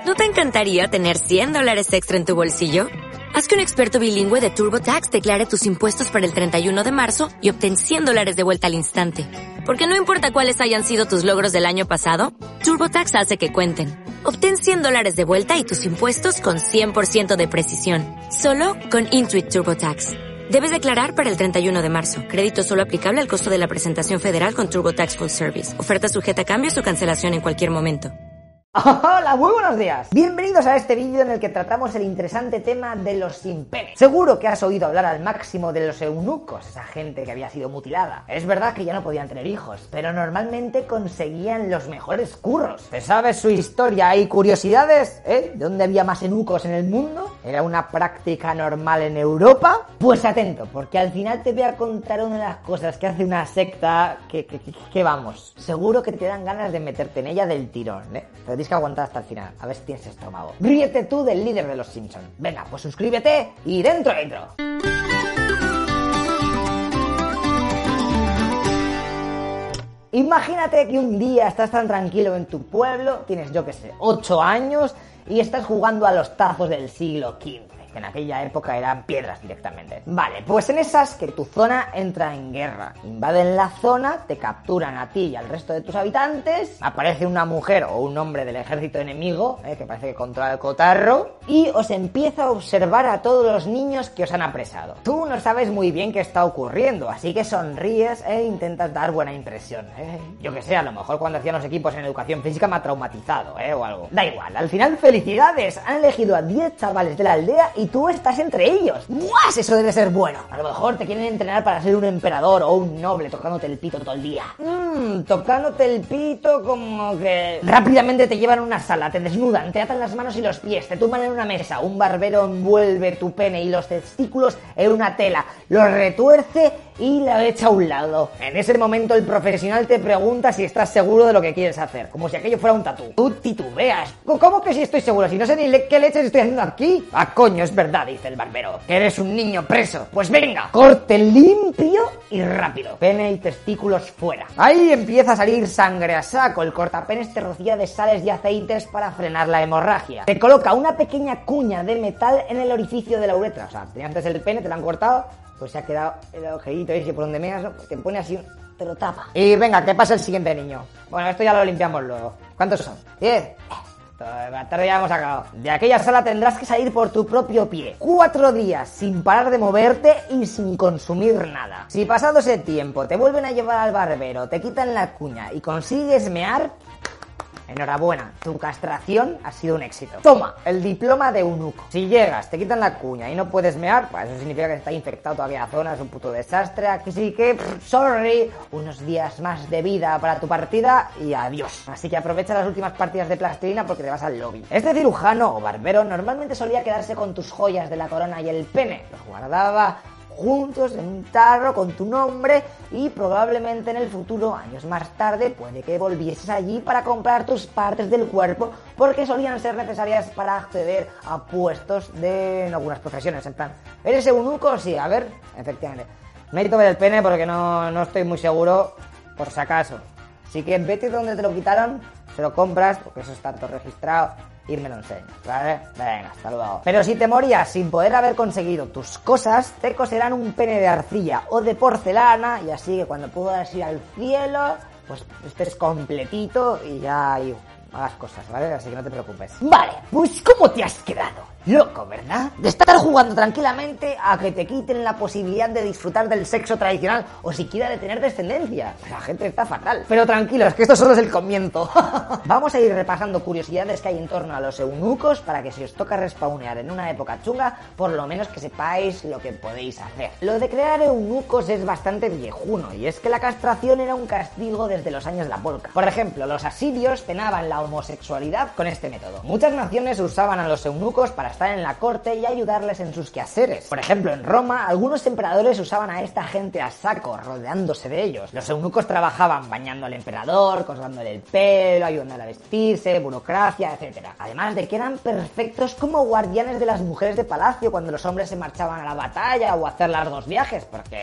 ¿No te encantaría tener $100 extra en tu bolsillo? Haz que un experto bilingüe de TurboTax declare tus impuestos para el 31 de marzo y obtén $100 de vuelta al instante. Porque no importa cuáles hayan sido tus logros del año pasado, TurboTax hace que cuenten. Obtén $100 de vuelta y tus impuestos con 100% de precisión. Solo con Intuit TurboTax. Debes declarar para el 31 de marzo. Crédito solo aplicable al costo de la presentación federal con TurboTax Full Service. Oferta sujeta a cambios o cancelación en cualquier momento. Hola, muy buenos días. Bienvenidos a este vídeo en el que tratamos el interesante tema de los sin pene. Seguro que has oído hablar al máximo de los eunucos, esa gente que había sido mutilada. Es verdad que ya no podían tener hijos, pero normalmente conseguían los mejores curros. ¿Te sabes su historia y curiosidades? ¿De dónde había más eunucos en el mundo? ¿Era una práctica normal en Europa? Pues atento, porque al final te voy a contar una de las cosas que hace una secta que vamos, seguro que te dan ganas de meterte en ella del tirón, Pero tienes que aguantar hasta el final, a ver si tienes estómago. Ríete tú del líder de los Simpsons. Venga, pues suscríbete y dentro. Imagínate que un día estás tan tranquilo en tu pueblo, tienes, 8 años y estás jugando a los tazos del siglo XV. En aquella época eran piedras directamente. Vale, pues en esas que tu zona entra en guerra. Invaden la zona, te capturan a ti y al resto de tus habitantes, aparece una mujer o un hombre del ejército enemigo, que parece que controla el cotarro, y os empieza a observar a todos los niños que os han apresado. Tú no sabes muy bien qué está ocurriendo, así que sonríes e intentas dar buena impresión. Yo que sé, a lo mejor cuando hacían los equipos en educación física me ha traumatizado, o algo. Da igual, al final felicidades, han elegido a 10 chavales de la aldea y tú estás entre ellos. ¡Buah! Eso debe ser bueno. A lo mejor te quieren entrenar para ser un emperador o un noble tocándote el pito todo el día. Tocándote el pito como que... Rápidamente te llevan a una sala, te desnudan, te atan las manos y los pies, te tumban en una mesa, un barbero envuelve tu pene y los testículos en una tela, lo retuerce y la echa a un lado. En ese momento el profesional te pregunta si estás seguro de lo que quieres hacer, como si aquello fuera un tatú. Tú titubeas. ¿Cómo que si estoy seguro? Si no sé ni qué leches estoy haciendo aquí. Ah, coño, es verdad, dice el barbero, que eres un niño preso. Pues venga, corte limpio y rápido. Pene y testículos fuera. Ahí empieza a salir sangre a saco. El cortapenes te rocía de sales y aceites para frenar la hemorragia. Te coloca una pequeña cuña de metal en el orificio de la uretra. O sea, tenías antes el pene, te lo han cortado, pues se ha quedado el agujerito ese por donde meas, pues te pone así, te lo tapa. Y venga, ¿qué pasa el siguiente niño? Bueno, esto ya lo limpiamos luego. ¿Cuántos son? 10. La tarde ya hemos acabado. De aquella sala tendrás que salir por tu propio pie. 4 días sin parar de moverte y sin consumir nada. Si pasado ese tiempo te vuelven a llevar al barbero, te quitan la cuña y consigues mear, enhorabuena, tu castración ha sido un éxito. Toma, el diploma de eunuco. Si llegas, te quitan la cuña y no puedes mear, pues eso significa que está infectado todavía la zona, es un puto desastre. Así que, sorry, unos días más de vida para tu partida y adiós. Así que aprovecha las últimas partidas de plastilina porque te vas al lobby. Este cirujano o barbero normalmente solía quedarse con tus joyas de la corona y el pene. Los guardaba juntos en un tarro con tu nombre y probablemente en el futuro, años más tarde, puede que volvieses allí para comprar tus partes del cuerpo porque solían ser necesarias para acceder a puestos en algunas profesiones. En plan, ¿eres eunuco? Sí, a ver, efectivamente. Necesito ver el pene porque no estoy muy seguro, por si acaso. Así que vete donde te lo quitaron, se lo compras, porque eso está todo registrado, y me lo enseñas, ¿vale? Venga, hasta luego. Pero si te morías sin poder haber conseguido tus cosas, te coserán un pene de arcilla o de porcelana, y así que cuando puedas ir al cielo, pues estés completito y ya hagas cosas, ¿vale? Así que no te preocupes. Vale, pues ¿cómo te has quedado? Loco, ¿verdad? De estar jugando tranquilamente a que te quiten la posibilidad de disfrutar del sexo tradicional o siquiera de tener descendencia. La gente está fatal. Pero tranquilos, que esto solo es el comienzo. Vamos a ir repasando curiosidades que hay en torno a los eunucos para que si os toca respawnear en una época chunga, por lo menos que sepáis lo que podéis hacer. Lo de crear eunucos es bastante viejuno, y es que la castración era un castigo desde los años de la polca. Por ejemplo, los asirios penaban la homosexualidad con este método. Muchas naciones usaban a los eunucos para estar en la corte y ayudarles en sus quehaceres. Por ejemplo, en Roma, algunos emperadores usaban a esta gente a saco, rodeándose de ellos. Los eunucos trabajaban bañando al emperador, cortándole el pelo, ayudándole a vestirse, burocracia, etc. Además de que eran perfectos como guardianes de las mujeres de palacio cuando los hombres se marchaban a la batalla o a hacer largos viajes, porque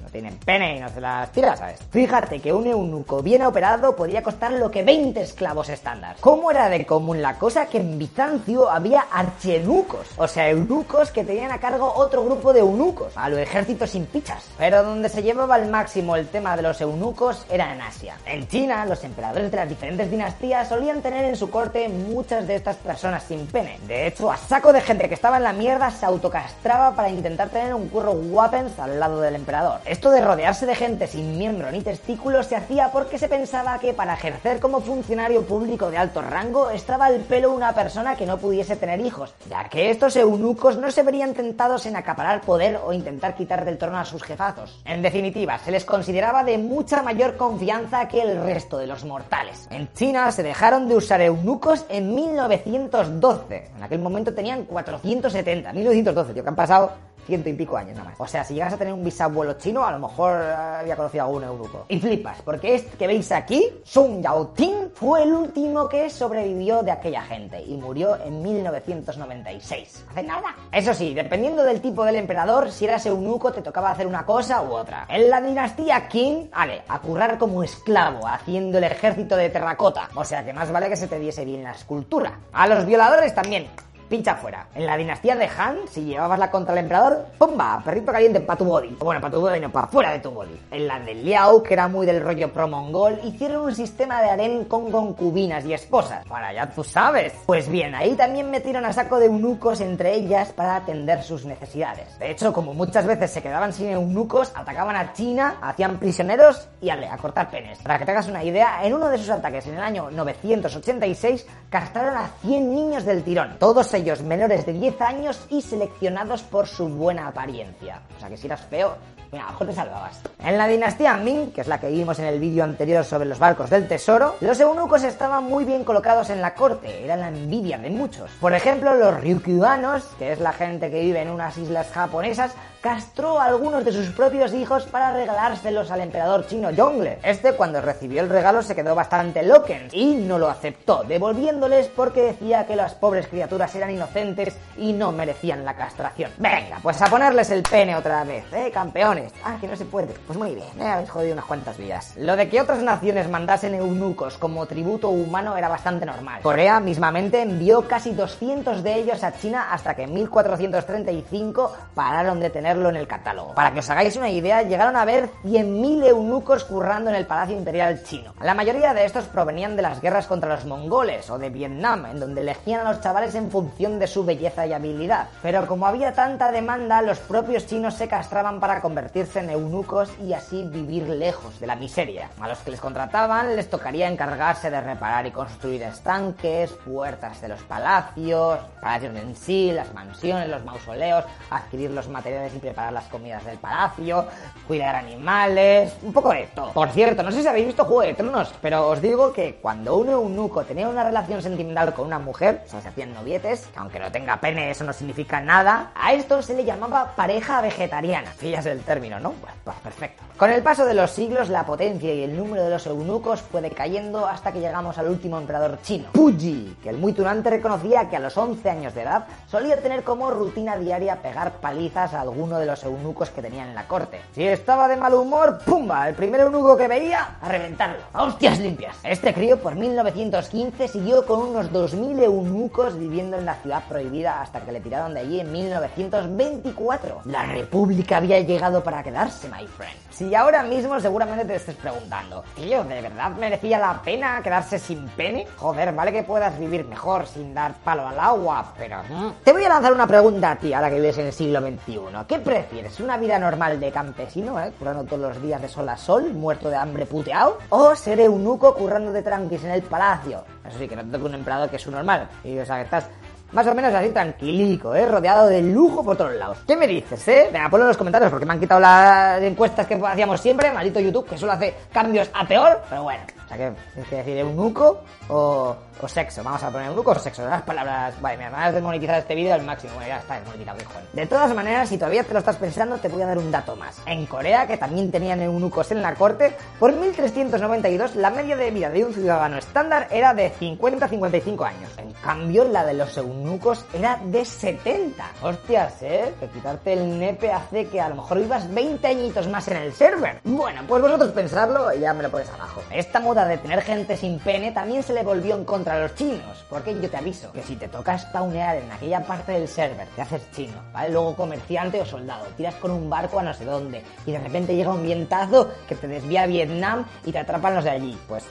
tienen pene y no se las tira, ¿sabes? Fíjate que un eunuco bien operado podía costar lo que 20 esclavos estándar. ¿Cómo era de común la cosa que en Bizancio había archieunucos? O sea, eunucos que tenían a cargo otro grupo de eunucos, a lo ejército sin pichas. Pero donde se llevaba al máximo el tema de los eunucos era en Asia. En China, los emperadores de las diferentes dinastías solían tener en su corte muchas de estas personas sin pene. De hecho, a saco de gente que estaba en la mierda se autocastraba para intentar tener un curro guapens al lado del emperador. Esto de rodearse de gente sin miembro ni testículos se hacía porque se pensaba que para ejercer como funcionario público de alto rango estaba al pelo una persona que no pudiese tener hijos, ya que estos eunucos no se verían tentados en acaparar poder o intentar quitar del trono a sus jefazos. En definitiva, se les consideraba de mucha mayor confianza que el resto de los mortales. En China se dejaron de usar eunucos en 1912. En aquel momento tenían 470. 1912, tío, que han pasado 100 y pico años nada más. O sea, si llegas a tener un bisabuelo chino, a lo mejor había conocido a algún eunuco. Y flipas, porque este que veis aquí, Sun Yao-ting, fue el último que sobrevivió de aquella gente y murió en 1996. Hace nada. Eso sí, dependiendo del tipo del emperador, si eras eunuco te tocaba hacer una cosa u otra. En la dinastía Qin, vale, a currar como esclavo, haciendo el ejército de terracota. O sea, que más vale que se te diese bien la escultura. A los violadores también. Pincha fuera. En la dinastía de Han, si llevabas la contra el emperador, ¡pumba! Perrito caliente pa' tu body. Bueno, pa' tu body no, pa' fuera de tu body. En la de Liao, que era muy del rollo pro-mongol, hicieron un sistema de harén con concubinas y esposas. Para ya tú sabes. Pues bien, ahí también metieron a saco de eunucos entre ellas para atender sus necesidades. De hecho, como muchas veces se quedaban sin eunucos, atacaban a China, hacían prisioneros y a cortar penes. Para que te hagas una idea, en uno de sus ataques en el año 986, castraron a 100 niños del tirón. Todos ellos menores de 10 años y seleccionados por su buena apariencia. O sea que si eras feo, mira, a lo mejor te salvabas. En la dinastía Ming, que es la que vimos en el vídeo anterior sobre los barcos del tesoro, los eunucos estaban muy bien colocados en la corte, eran la envidia de muchos. Por ejemplo, los ryukyuanos, que es la gente que vive en unas islas japonesas, castró a algunos de sus propios hijos para regalárselos al emperador chino Yongle. Este, cuando recibió el regalo, se quedó bastante loquens y no lo aceptó, devolviéndoles porque decía que las pobres criaturas eran inocentes y no merecían la castración. Venga, pues a ponerles el pene otra vez, campeones. Ah, que no se puede. Pues muy bien, habéis jodido unas cuantas vidas. Lo de que otras naciones mandasen eunucos como tributo humano era bastante normal. Corea mismamente envió casi 200 de ellos a China hasta que en 1435 pararon de tenerlo en el catálogo. Para que os hagáis una idea, llegaron a haber 100.000 eunucos currando en el Palacio Imperial chino. La mayoría de estos provenían de las guerras contra los mongoles o de Vietnam, en donde elegían a los chavales en función de su belleza y habilidad. Pero como había tanta demanda, los propios chinos se castraban para convertirse en eunucos y así vivir lejos de la miseria. A los que les contrataban les tocaría encargarse de reparar y construir estanques, puertas de los palacios en sí, las mansiones, los mausoleos, adquirir los materiales y preparar las comidas del palacio, cuidar animales, un poco de todo. Por cierto, no sé si habéis visto Juego de Tronos, pero os digo que cuando un eunuco tenía una relación sentimental con una mujer, o sea, se hacían novietes, que aunque no tenga pene eso no significa nada, a esto se le llamaba pareja vegetariana. Pillas el término, ¿no? Bueno, pues perfecto. Con el paso de los siglos, la potencia y el número de los eunucos fue decayendo hasta que llegamos al último emperador chino, Puyi, que el muy tunante reconocía que a los 11 años de edad solía tener como rutina diaria pegar palizas a alguno de los eunucos que tenían en la corte. Si estaba de mal humor, ¡pumba! El primer eunuco que veía, a reventarlo, a hostias limpias. Este crío por 1915 siguió con unos 2.000 eunucos viviendo en la ciudad prohibida hasta que le tiraron de allí en 1924. La república había llegado para quedarse, my friend. Si ahora mismo seguramente te estés preguntando, tío, ¿de verdad merecía la pena quedarse sin pene? Joder, vale que puedas vivir mejor sin dar palo al agua, pero... Te voy a lanzar una pregunta a ti, ahora que vives en el siglo XXI. ¿Qué prefieres? ¿Una vida normal de campesino, currando todos los días de sol a sol, muerto de hambre puteado? ¿O ser eunuco currando de tranquis en el palacio? Eso sí, que no te toque un emperador que es un normal. Y o sea, que estás... más o menos así tranquilico, rodeado de lujo por todos lados. ¿Qué me dices, Venga, ponlo en los comentarios porque me han quitado las encuestas que hacíamos siempre, maldito YouTube, que solo hace cambios a peor, pero bueno. O sea, que tienes que decir eunuco o sexo. Vamos a poner eunuco o sexo. Las palabras... Vale, me van a desmonetizar este vídeo al máximo. Bueno, ya está desmonetizado, hijo. De todas maneras, si todavía te lo estás pensando, te voy a dar un dato más. En Corea, que también tenían eunucos en la corte, por 1392 la media de vida de un ciudadano estándar era de 50 a 55 años. En cambio, la de los eunucos era de 70. Hostias, que quitarte el nepe hace que a lo mejor vivas 20 añitos más en el server. Bueno, pues vosotros pensadlo y ya me lo ponéis abajo. Esta moda de tener gente sin pene también se le volvió en contra a los chinos, porque yo te aviso que si te toca spawnear en aquella parte del server, te haces chino, ¿vale? Luego comerciante o soldado, tiras con un barco a no sé dónde y de repente llega un vientazo que te desvía a Vietnam y te atrapan los de allí. Pues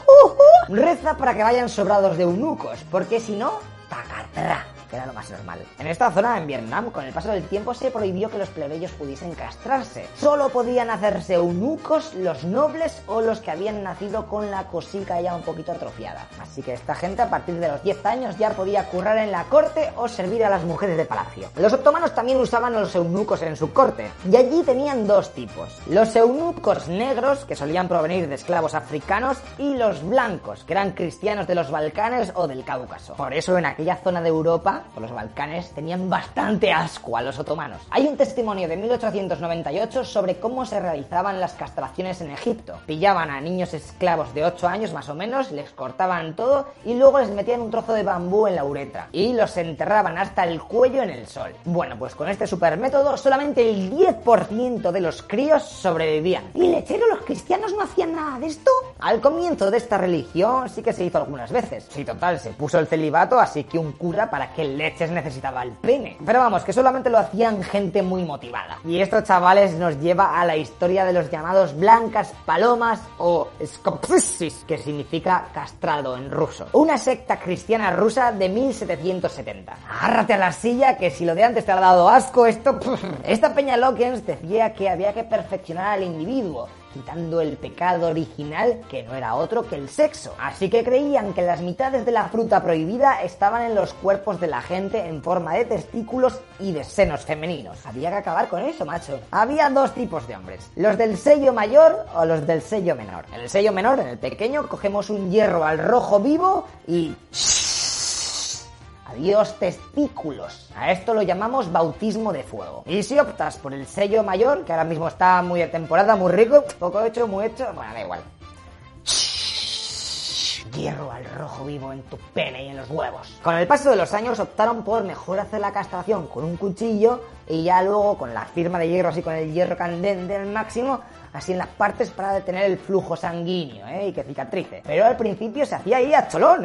reza para que vayan sobrados de eunucos, porque si no, tacatrá, que era lo más normal. En esta zona, en Vietnam, con el paso del tiempo se prohibió que los plebeyos pudiesen castrarse. Solo podían hacerse eunucos los nobles o los que habían nacido con la cosica ya un poquito atrofiada. Así que esta gente a partir de los 10 años ya podía currar en la corte o servir a las mujeres de palacio. Los otomanos también usaban a los eunucos en su corte, y allí tenían dos tipos. Los eunucos negros, que solían provenir de esclavos africanos, y los blancos, que eran cristianos de los Balcanes o del Cáucaso. Por eso en aquella zona de Europa, por los Balcanes, tenían bastante asco a los otomanos. Hay un testimonio de 1898 sobre cómo se realizaban las castraciones en Egipto. Pillaban a niños esclavos de 8 años más o menos, les cortaban todo y luego les metían un trozo de bambú en la uretra y los enterraban hasta el cuello en el sol. Bueno, pues con este super método solamente el 10% de los críos sobrevivían. ¿Y lechero, los cristianos no hacían nada de esto? Al comienzo de esta religión sí que se hizo algunas veces. Sí, total, se puso el celibato, así que un cura para que leches necesitaba el pene. Pero vamos, que solamente lo hacían gente muy motivada. Y esto, chavales, nos lleva a la historia de los llamados blancas palomas o skopsis, que significa castrado en ruso. Una secta cristiana rusa de 1770. Agárrate a la silla, que si lo de antes te ha dado asco, esto... Esta peña Lockens decía que había que perfeccionar al individuo, quitando el pecado original, que no era otro que el sexo. Así que creían que las mitades de la fruta prohibida estaban en los cuerpos de la gente en forma de testículos y de senos femeninos. Había que acabar con eso, macho. Había dos tipos de hombres, los del sello mayor o los del sello menor. En el sello menor, en el pequeño, cogemos un hierro al rojo vivo y... adiós testículos. A esto lo llamamos bautismo de fuego. Y si optas por el sello mayor, que ahora mismo está muy de temporada, muy rico, poco hecho, muy hecho, bueno, da igual. Hierro al rojo vivo en tu pene y en los huevos. Con el paso de los años optaron por mejor hacer la castración con un cuchillo y ya luego con la firma de hierro, así con el hierro candente al máximo, así en las partes para detener el flujo sanguíneo, y que cicatrice. Pero al principio se hacía ahí a cholón,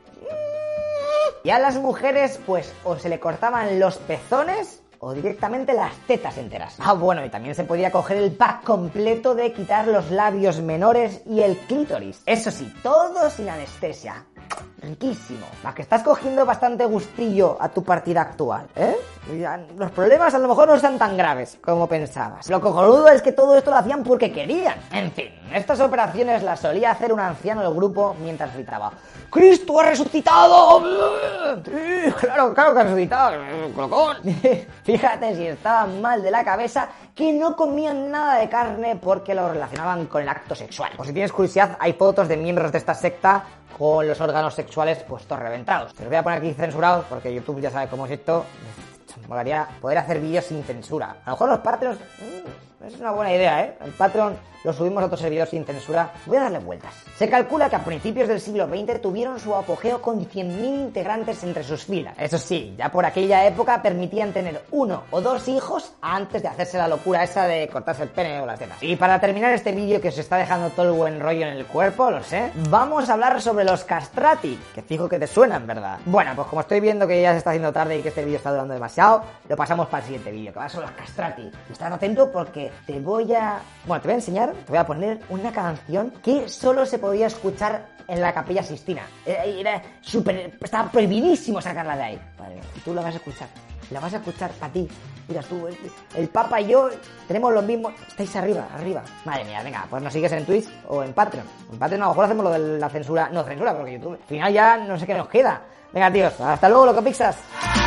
Y a las mujeres, pues, o se le cortaban los pezones o directamente las tetas enteras. Ah, bueno, y también se podía coger el pack completo de quitar los labios menores y el clítoris. Eso sí, todo sin anestesia. Riquísimo. Va, que estás cogiendo bastante gustillo a tu partida actual, Los problemas a lo mejor no están tan graves como pensabas. Lo cojonudo es que todo esto lo hacían porque querían. En fin, estas operaciones las solía hacer un anciano del grupo mientras gritaba: ¡Cristo ha resucitado! Sí, claro que ha resucitado, colocón. Fíjate si estaban mal de la cabeza que no comían nada de carne porque lo relacionaban con el acto sexual. O si tienes curiosidad, hay fotos de miembros de esta secta con los órganos sexuales puestos reventados. Te los voy a poner aquí censurados porque YouTube ya sabe cómo es esto. Me molaría poder hacer vídeos sin censura. A lo mejor los Patreons... es una buena idea, El Patreon lo subimos a otro servidor sin censura. Voy a darle vueltas. Se calcula que a principios del siglo XX tuvieron su apogeo con 100.000 integrantes entre sus filas. Eso sí, ya por aquella época permitían tener 1 o 2 hijos antes de hacerse la locura esa de cortarse el pene o las tetas. Y para terminar este vídeo que os está dejando todo el buen rollo en el cuerpo, lo sé, vamos a hablar sobre los castrati, que fijo que te suenan, ¿verdad? Bueno, pues como estoy viendo que ya se está haciendo tarde y que este vídeo está durando demasiado, lo pasamos para el siguiente vídeo, que va sobre los castrati. Estad atento porque te voy a enseñar, te voy a poner una canción que solo se podía escuchar en la Capilla Sixtina. Estaba prohibidísimo sacarla de ahí. Vale, tú la vas a escuchar para ti. Mira tú, el Papa y yo tenemos los mismos. Estáis arriba. Madre mía, venga, pues nos sigues en Twitch o en Patreon. En Patreon a lo mejor hacemos lo de la censura. No, censura, porque YouTube. Al final ya no sé qué nos queda. Venga, tíos, hasta luego, Locopixas.